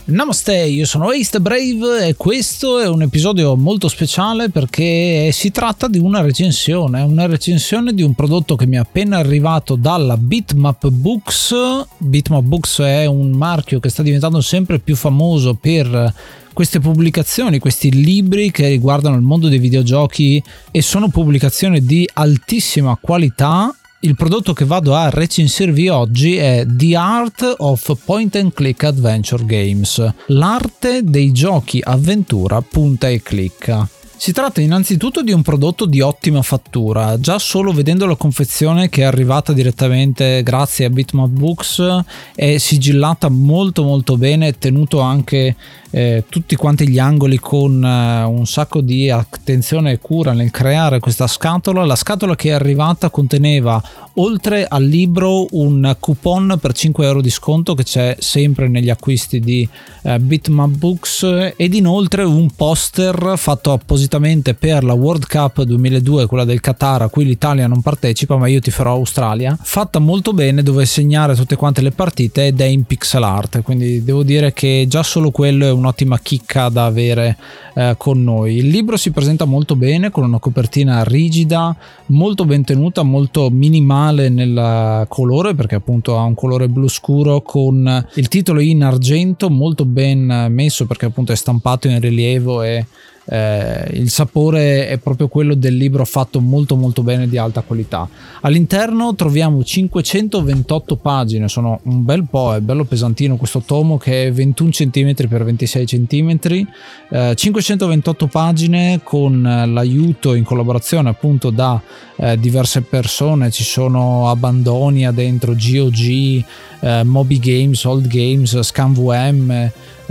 Namaste, io sono Ace the Brave e questo è un episodio molto speciale perché si tratta di una recensione di un prodotto che mi è appena arrivato dalla Bitmap Books. Bitmap Books è un marchio che sta diventando sempre più famoso per queste pubblicazioni, questi libri che riguardano il mondo dei videogiochi e sono pubblicazioni di altissima qualità. Il prodotto che vado a recensirvi oggi è The Art of Point and Click Adventure Games, l'arte dei giochi avventura punta e clicca. Si tratta innanzitutto di un prodotto di ottima fattura, già solo vedendo la confezione che è arrivata direttamente grazie a Bitmap Books è sigillata molto bene, è tenuto anche tutti quanti gli angoli con un sacco di attenzione e cura nel creare questa scatola. La scatola che è arrivata conteneva, oltre al libro, un coupon per 5 euro di sconto che c'è sempre negli acquisti di Bitmap Books, ed inoltre un poster fatto appositamente per la World Cup 2002, quella del Qatar, a cui l'Italia non partecipa ma io tiferò Australia, fatta molto bene, dove segnare tutte quante le partite ed è in pixel art, quindi devo dire che già solo quello è un'ottima chicca da avere con noi. Il libro si presenta molto bene con una copertina rigida, molto ben tenuta, molto minimale nel colore perché appunto ha un colore blu scuro con il titolo in argento, molto ben messo perché appunto è stampato in rilievo e il sapore è proprio quello del libro fatto molto bene, di alta qualità. All'interno troviamo 528 pagine, sono un bel po', è bello pesantino questo tomo che è 21 cm x 26 cm, 528 pagine con l'aiuto in collaborazione appunto da diverse persone. Ci sono Abandonia dentro, GOG, Moby Games, Old Games, ScanVM,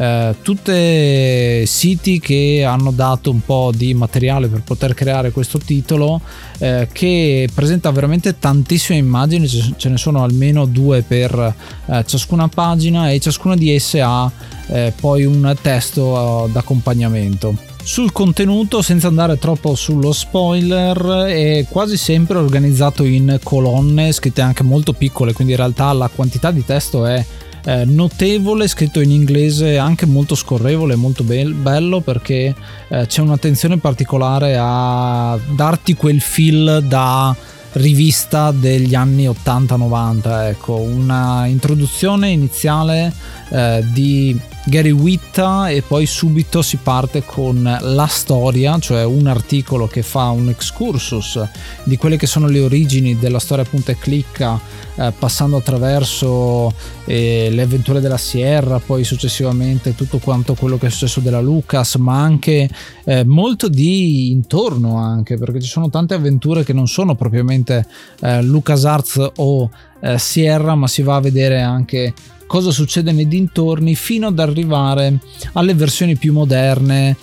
tutte siti che hanno dato un po' di materiale per poter creare questo titolo che presenta veramente tantissime immagini, ce ne sono almeno 2 per ciascuna pagina e ciascuna di esse ha poi un testo d'accompagnamento. Sul contenuto, senza andare troppo sullo spoiler, è quasi sempre organizzato in colonne scritte anche molto piccole, quindi in realtà la quantità di testo è notevole, scritto in inglese anche molto scorrevole, molto bello perché c'è un'attenzione particolare a darti quel feel da rivista degli anni 80-90, ecco, una introduzione iniziale di Gary Whitta e poi subito si parte con la storia, cioè un articolo che fa un excursus di quelle che sono le origini della storia punta e clicca, passando attraverso le avventure della Sierra, poi successivamente tutto quanto quello che è successo della Lucas, ma anche molto di intorno, anche perché ci sono tante avventure che non sono propriamente LucasArts o Sierra, ma si va a vedere anche cosa succede nei dintorni fino ad arrivare alle versioni più moderne,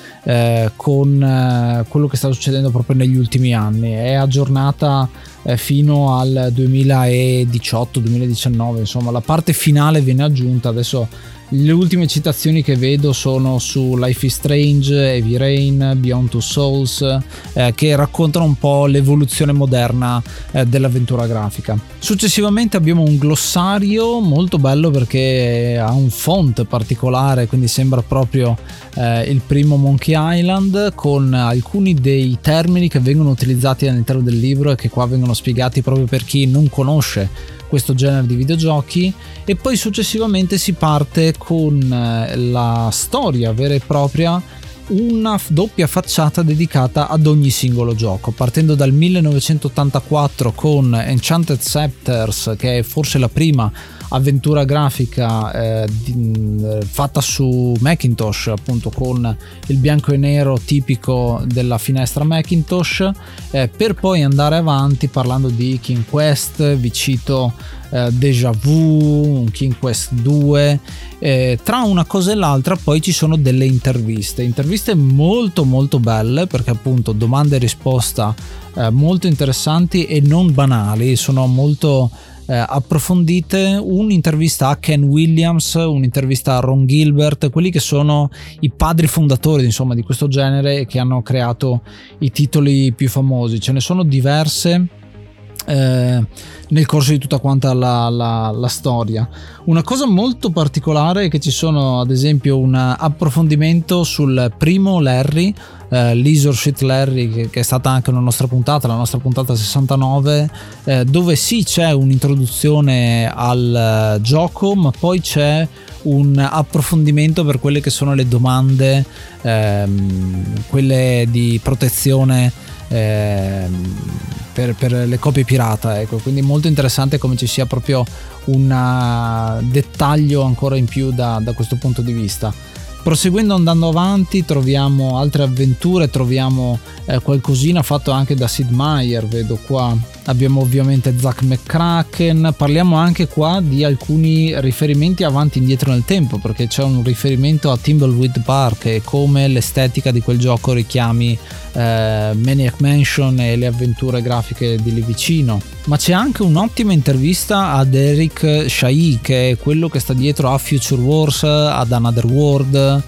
con quello che sta succedendo proprio negli ultimi anni. È aggiornata fino al 2018-2019, insomma la parte finale viene aggiunta. Adesso le ultime citazioni che vedo sono su Life is Strange, Heavy Rain, Beyond Two Souls, che raccontano un po' l'evoluzione moderna dell'avventura grafica. Successivamente abbiamo un glossario molto bello perché ha un font particolare, quindi sembra proprio il primo Monkey Island, con alcuni dei termini che vengono utilizzati all'interno del libro e che qua vengono spiegati proprio per chi non conosce questo genere di videogiochi. E poi successivamente si parte con la storia vera e propria, una doppia facciata dedicata ad ogni singolo gioco, partendo dal 1984 con Enchanted Scepters, che è forse la prima avventura grafica fatta su Macintosh, appunto con il bianco e nero tipico della finestra Macintosh, per poi andare avanti parlando di King Quest, vi cito Déjà Vu, King Quest 2. Tra una cosa e l'altra poi ci sono delle interviste molto belle, perché appunto domande e risposta molto interessanti e non banali, sono molto approfondite. Un'intervista a Ken Williams, un'intervista a Ron Gilbert, quelli che sono i padri fondatori insomma di questo genere e che hanno creato i titoli più famosi. Ce ne sono diverse nel corso di tutta quanta la storia. Una cosa molto particolare è che ci sono ad esempio un approfondimento sul primo Larry, Leisure Suit Larry, che è stata anche una nostra puntata, la nostra puntata 69, dove sì c'è un'introduzione al gioco, ma poi c'è un approfondimento per quelle che sono le domande, quelle di protezione per le copie pirata, ecco. Quindi molto interessante come ci sia proprio un dettaglio ancora in più da questo punto di vista. Proseguendo, andando avanti, troviamo altre avventure, troviamo qualcosina fatto anche da Sid Meier, vedo qua. Abbiamo ovviamente Zack McCracken, parliamo anche qua di alcuni riferimenti avanti e indietro nel tempo, perché c'è un riferimento a Thimbleweed Park e come l'estetica di quel gioco richiami Maniac Mansion e le avventure grafiche di lì vicino. Ma c'è anche un'ottima intervista ad Eric Chahi, che è quello che sta dietro a Future Wars, ad Another World,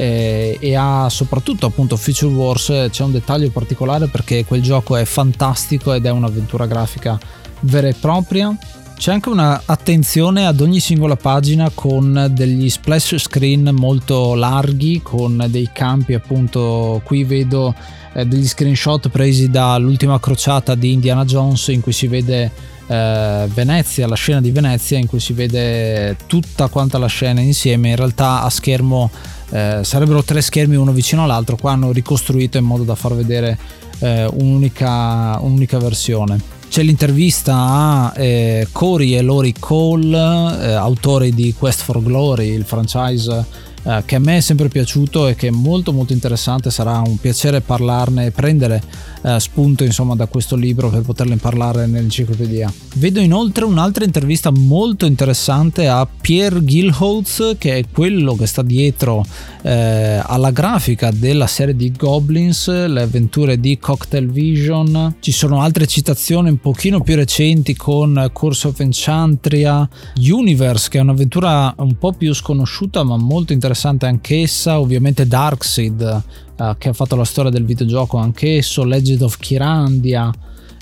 e a soprattutto appunto Future Wars. C'è un dettaglio particolare perché quel gioco è fantastico ed è un'avventura grafica vera e propria. C'è anche una attenzione ad ogni singola pagina con degli splash screen molto larghi, con dei campi, appunto qui vedo degli screenshot presi dall'ultima crociata di Indiana Jones, in cui si vede Venezia, la scena di Venezia, in cui si vede tutta quanta la scena insieme. In realtà a schermo sarebbero 3 schermi uno vicino all'altro, qua hanno ricostruito in modo da far vedere un'unica versione. C'è l'intervista a Corey e Lori Cole, autori di Quest for Glory, il franchise che a me è sempre piaciuto e che è molto molto interessante. Sarà un piacere parlarne e prendere spunto insomma da questo libro per poterle parlare nell'enciclopedia. Vedo inoltre un'altra intervista molto interessante a Pierre Gilholz, che è quello che sta dietro alla grafica della serie di Goblins, le avventure di Cocktail Vision. Ci sono altre citazioni un pochino più recenti con Curse of Enchantria, Universe, che è un'avventura un po' più sconosciuta ma molto interessante anch'essa, ovviamente Darkseid, che ha fatto la storia del videogioco anch'esso, Legend of Kyrandia.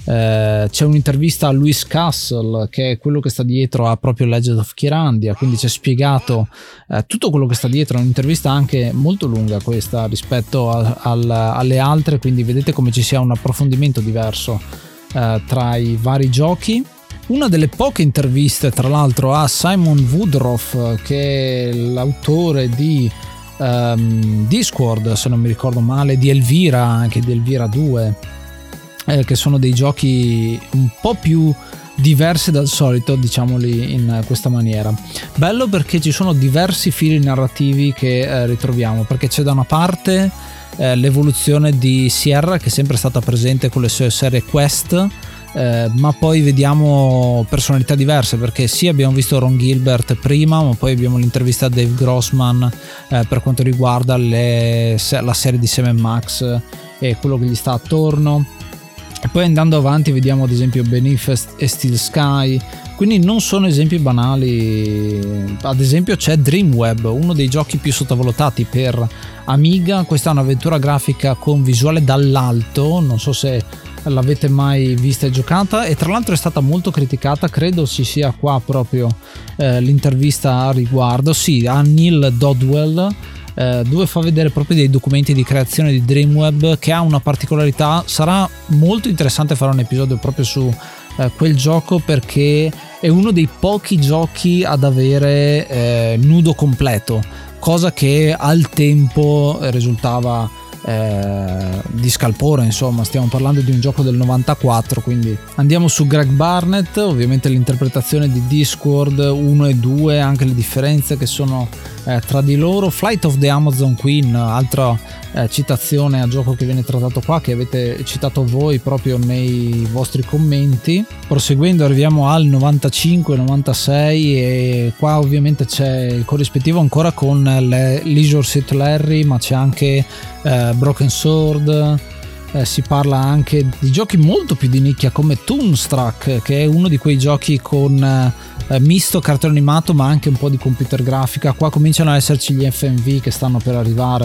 C'è un'intervista a Louis Castle, che è quello che sta dietro a proprio Legend of Kyrandia, quindi c'è spiegato tutto quello che sta dietro. È un'intervista anche molto lunga questa rispetto alle altre, quindi vedete come ci sia un approfondimento diverso tra i vari giochi. Una delle poche interviste tra l'altro a Simon Woodroffe, che è l'autore di Discord, se non mi ricordo male, di Elvira, anche di Elvira 2, che sono dei giochi un po' più diversi dal solito, diciamoli in questa maniera. Bello perché ci sono diversi fili narrativi che ritroviamo, perché c'è da una parte l'evoluzione di Sierra, che è sempre stata presente con le sue serie Quest, ma poi vediamo personalità diverse, perché sì, abbiamo visto Ron Gilbert prima, ma poi abbiamo l'intervista a Dave Grossman per quanto riguarda la serie di Sam & Max e quello che gli sta attorno. E poi andando avanti vediamo ad esempio Beneath e Steel Sky, quindi non sono esempi banali. Ad esempio c'è Dreamweb, uno dei giochi più sottovalutati per Amiga. Questa è un'avventura grafica con visuale dall'alto, non so se l'avete mai vista e giocata, e tra l'altro è stata molto criticata. Credo ci sia qua proprio l'intervista a riguardo, sì, a Neil Dodwell, dove fa vedere proprio dei documenti di creazione di Dreamweb, che ha una particolarità. Sarà molto interessante fare un episodio proprio su quel gioco, perché è uno dei pochi giochi ad avere nudo completo, cosa che al tempo risultava di scalpore. Insomma, stiamo parlando di un gioco del 94, quindi andiamo su Greg Barnett, ovviamente l'interpretazione di Discord 1 e 2, anche le differenze che sono tra di loro. Flight of the Amazon Queen, altra citazione a gioco che viene trattato qua, che avete citato voi proprio nei vostri commenti. Proseguendo arriviamo al 95-96 e qua ovviamente c'è il corrispettivo ancora con Leisure Suit Larry, ma c'è anche Broken Sword. Si parla anche di giochi molto più di nicchia come Toonstruck, che è uno di quei giochi con misto cartone animato ma anche un po' di computer grafica. Qua cominciano ad esserci gli FMV che stanno per arrivare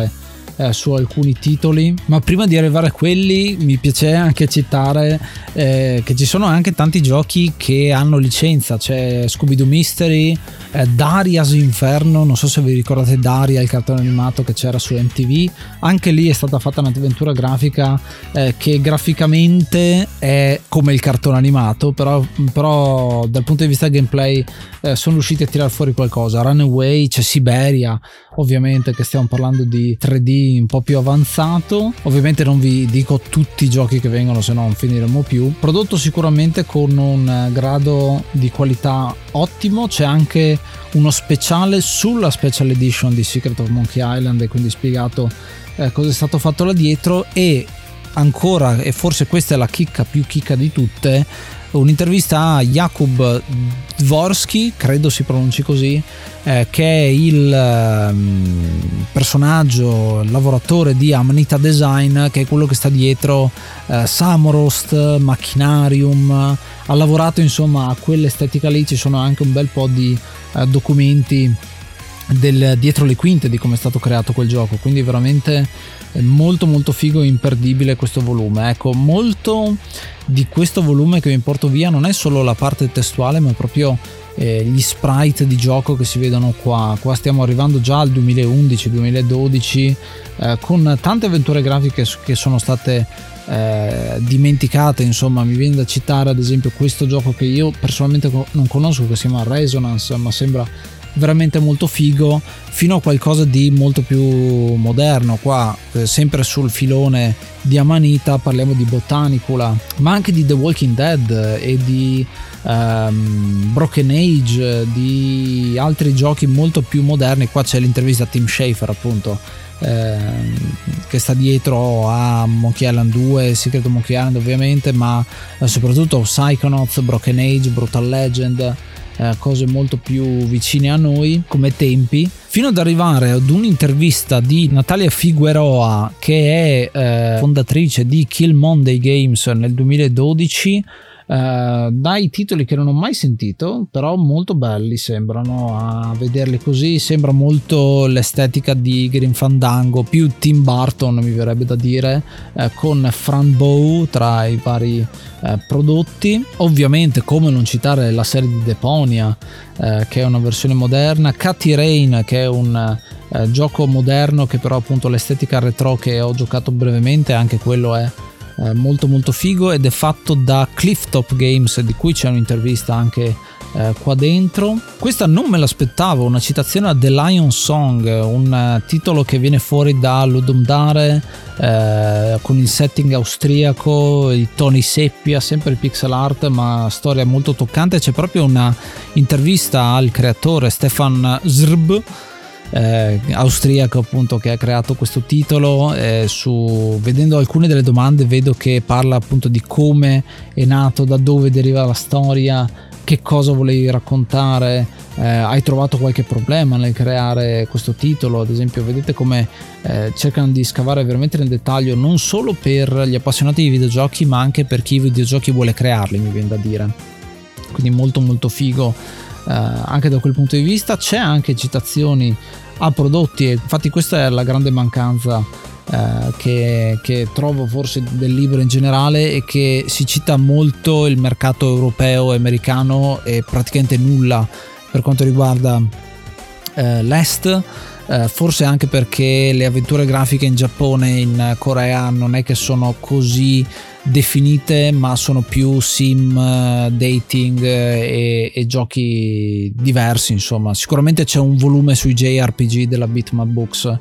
su alcuni titoli, ma prima di arrivare a quelli mi piace anche citare che ci sono anche tanti giochi che hanno licenza. C'è Scooby-Doo Mystery, Daria's Inferno, non so se vi ricordate Daria, il cartone animato che c'era su MTV. Anche lì è stata fatta un'avventura grafica che graficamente è come il cartone animato, però dal punto di vista gameplay sono riusciti a tirar fuori qualcosa. Runaway, c'è Siberia, ovviamente, che stiamo parlando di 3D un po' più avanzato. Ovviamente non vi dico tutti i giochi che vengono, se no non finiremo più. Prodotto sicuramente con un grado di qualità ottimo. C'è anche uno speciale sulla special edition di Secret of Monkey Island, e quindi spiegato cosa è stato fatto là dietro. E ancora, e forse questa è la chicca più chicca di tutte, un'intervista a Jakub Dvorsky, credo si pronunci così, che è il personaggio, il lavoratore di Amanita Design, che è quello che sta dietro Samorost, Machinarium. Ha lavorato insomma a quell'estetica lì. Ci sono anche un bel po' di documenti dietro le quinte di come è stato creato quel gioco, quindi veramente molto molto figo e imperdibile questo volume. Ecco, molto di questo volume che vi porto via non è solo la parte testuale, ma proprio gli sprite di gioco che si vedono qua. Stiamo arrivando già al 2011-2012 con tante avventure grafiche che sono state dimenticate. Insomma, mi viene da citare ad esempio questo gioco che io personalmente non conosco, che si chiama Resonance, ma sembra veramente molto figo, fino a qualcosa di molto più moderno. Qua sempre sul filone di Amanita parliamo di Botanicula, ma anche di The Walking Dead e di Broken Age, di altri giochi molto più moderni. Qua c'è l'intervista a Tim Schafer, appunto, che sta dietro a Monkey Island 2, Secret of Monkey Island ovviamente, ma soprattutto Psychonauts, Broken Age, Brutal Legend, cose molto più vicine a noi come tempi, fino ad arrivare ad un'intervista di Natalia Figueroa, che è fondatrice di Kill Monday Games nel 2012, dai titoli che non ho mai sentito, però molto belli sembrano a vederli così. Sembra molto l'estetica di Grim Fandango, più Tim Burton mi verrebbe da dire, con Fran Bow tra i vari prodotti. Ovviamente come non citare la serie di Deponia, che è una versione moderna, Cathy Rain, che è un gioco moderno che però appunto l'estetica retro che ho giocato brevemente, anche quello è molto molto figo, ed è fatto da Clifftop Games, di cui c'è un'intervista anche qua dentro. Questa non me l'aspettavo, una citazione a The Lion Song, un titolo che viene fuori da Ludum Dare, con il setting austriaco, i toni seppia, sempre pixel art, ma storia molto toccante. C'è proprio una intervista al creatore Stefan Zrb, austriaco appunto, che ha creato questo titolo. Vedendo alcune delle domande vedo che parla appunto di come è nato, da dove deriva la storia, che cosa volevi raccontare, hai trovato qualche problema nel creare questo titolo. Ad esempio vedete come cercano di scavare veramente nel dettaglio, non solo per gli appassionati di videogiochi ma anche per chi i videogiochi vuole crearli, mi viene da dire. Quindi molto molto figo anche da quel punto di vista. C'è anche citazioni a prodotti, e infatti questa è la grande mancanza che trovo forse del libro in generale, è che si cita molto il mercato europeo e americano e praticamente nulla per quanto riguarda l'est. Forse anche perché le avventure grafiche in Giappone e in Corea non è che sono così definite, ma sono più sim, dating e giochi diversi. Insomma, sicuramente c'è un volume sui JRPG della Bitmap Books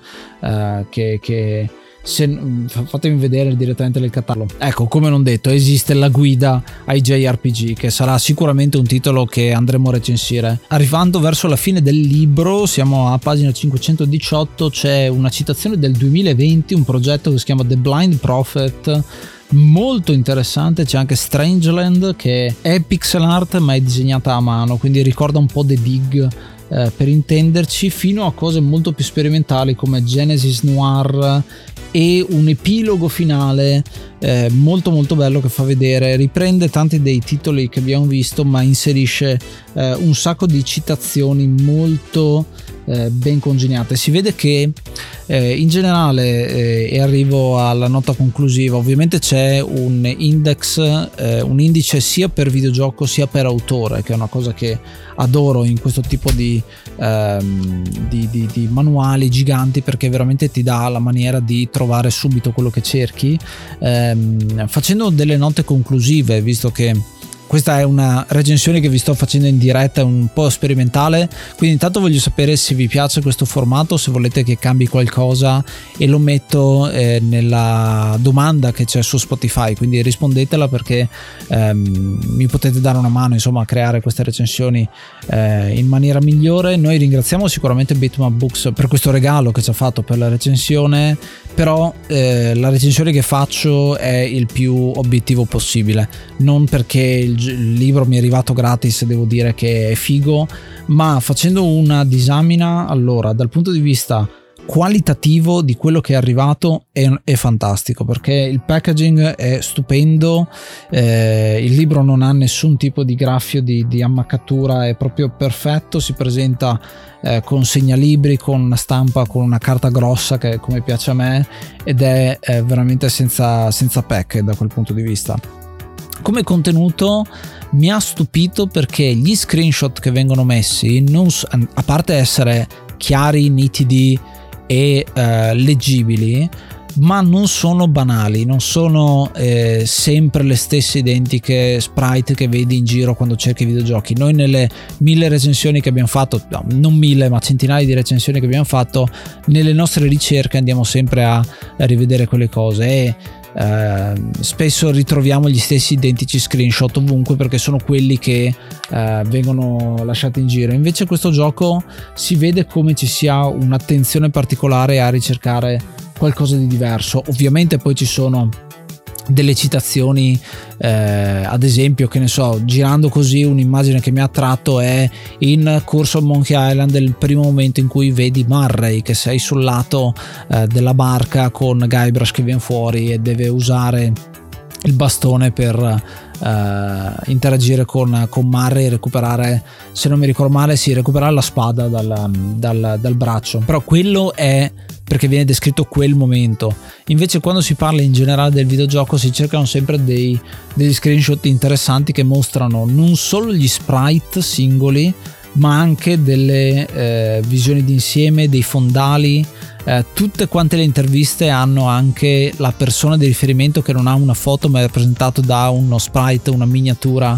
che fatemi vedere direttamente nel catalogo. Ecco, come non detto, esiste la guida ai JRPG, che sarà sicuramente un titolo che andremo a recensire. Arrivando verso la fine del libro, siamo a pagina 518, c'è una citazione del 2020, un progetto che si chiama The Blind Prophet, molto interessante. C'è anche Strangeland, che è pixel art ma è disegnata a mano, quindi ricorda un po' The Dig, per intenderci, fino a cose molto più sperimentali come Genesis Noir e un epilogo finale molto molto bello, che fa vedere, riprende tanti dei titoli che abbiamo visto, ma inserisce un sacco di citazioni molto ben congegnate. Si vede che in generale, e arrivo alla nota conclusiva, ovviamente c'è un indice sia per videogioco sia per autore, che è una cosa che adoro in questo tipo di manuali giganti, perché veramente ti dà la maniera di trovare subito quello che cerchi. Facendo delle note conclusive, visto che questa è una recensione che vi sto facendo in diretta, è un po' sperimentale, quindi intanto voglio sapere se vi piace questo formato, se volete che cambi qualcosa, e lo metto nella domanda che c'è su Spotify, quindi rispondetela, perché mi potete dare una mano insomma a creare queste recensioni in maniera migliore. Noi ringraziamo sicuramente Bitmap Books per questo regalo che ci ha fatto per la recensione, però la recensione che faccio è il più obiettivo possibile, non perché il libro mi è arrivato gratis devo dire che è figo, ma facendo una disamina, allora dal punto di vista qualitativo di quello che è arrivato è fantastico, perché il packaging è stupendo, il libro non ha nessun tipo di graffio di ammaccatura, è proprio perfetto, si presenta con segnalibri, con una stampa, con una carta grossa che come piace a me, ed è veramente senza pack da quel punto di vista. Come contenuto mi ha stupito, perché gli screenshot che vengono messi, a parte essere chiari, nitidi e leggibili, ma non sono banali, non sono sempre le stesse identiche sprite che vedi in giro quando cerchi videogiochi. Noi nelle 1000 recensioni che abbiamo fatto, no, non 1000 ma centinaia di recensioni che abbiamo fatto, nelle nostre ricerche andiamo sempre a rivedere quelle cose, e spesso ritroviamo gli stessi identici screenshot ovunque, perché sono quelli che vengono lasciati in giro. Invece questo gioco si vede come ci sia un'attenzione particolare a ricercare qualcosa di diverso. Ovviamente poi ci sono delle citazioni, ad esempio, che ne so, girando così un'immagine che mi ha attratto è in Curse of Monkey Island, il primo momento in cui vedi Murray che sei sul lato della barca con Guybrush che viene fuori e deve usare il bastone per interagire con Murray e recuperare, se non mi ricordo male, recuperare la spada dal braccio. Però quello è perché viene descritto quel momento. Invece quando si parla in generale del videogioco si cercano sempre degli screenshot interessanti che mostrano non solo gli sprite singoli, ma anche delle visioni d'insieme, dei fondali. Tutte quante le interviste hanno anche la persona di riferimento che non ha una foto ma è rappresentato da uno sprite, una miniatura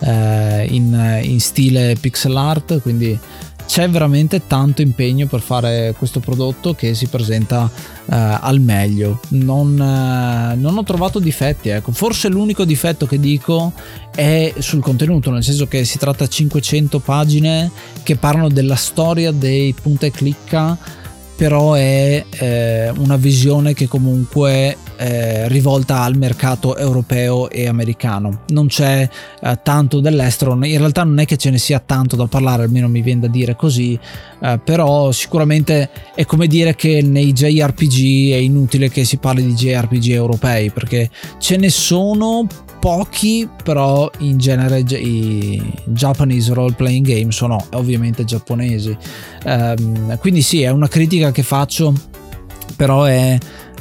in stile pixel art, quindi c'è veramente tanto impegno per fare questo prodotto che si presenta al meglio. Non ho trovato difetti, ecco. Forse l'unico difetto che dico è sul contenuto, nel senso che si tratta di 500 pagine che parlano della storia dei punta e clicca, però è una visione che comunque è rivolta al mercato europeo e americano. Non c'è tanto dell'estero, in realtà non è che ce ne sia tanto da parlare, almeno mi viene da dire così, però sicuramente è come dire che nei JRPG è inutile che si parli di JRPG europei, perché ce ne sono pochi, però in genere i Japanese role playing game sono ovviamente giapponesi, quindi sì, è una critica che faccio, però è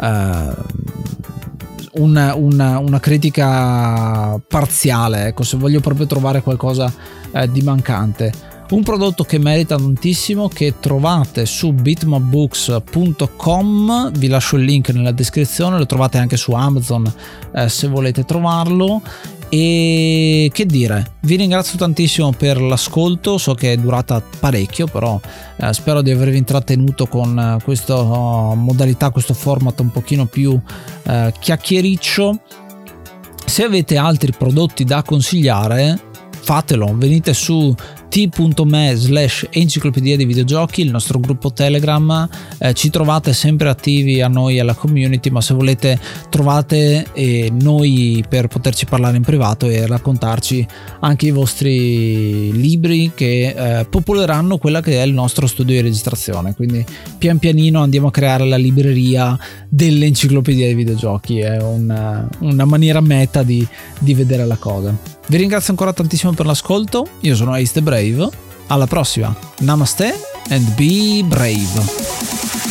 una critica parziale, ecco, se voglio proprio trovare qualcosa di mancante. Un prodotto che merita tantissimo, che trovate su bitmapbooks.com, vi lascio il link nella descrizione, lo trovate anche su Amazon se volete trovarlo. E che dire, vi ringrazio tantissimo per l'ascolto, so che è durata parecchio, però spero di avervi intrattenuto con questa modalità, questo format un pochino più chiacchiericcio. Se avete altri prodotti da consigliare, fatelo, venite su t.me/enciclopedia dei videogiochi, il nostro gruppo Telegram, ci trovate sempre attivi a noi alla community, ma se volete trovate noi per poterci parlare in privato e raccontarci anche i vostri libri che popoleranno quella che è il nostro studio di registrazione. Quindi pian pianino andiamo a creare la libreria dell'enciclopedia dei videogiochi, è una maniera meta di vedere la cosa. Vi ringrazio ancora tantissimo per l'ascolto, io sono Ace the Brave, alla prossima, namaste and be brave.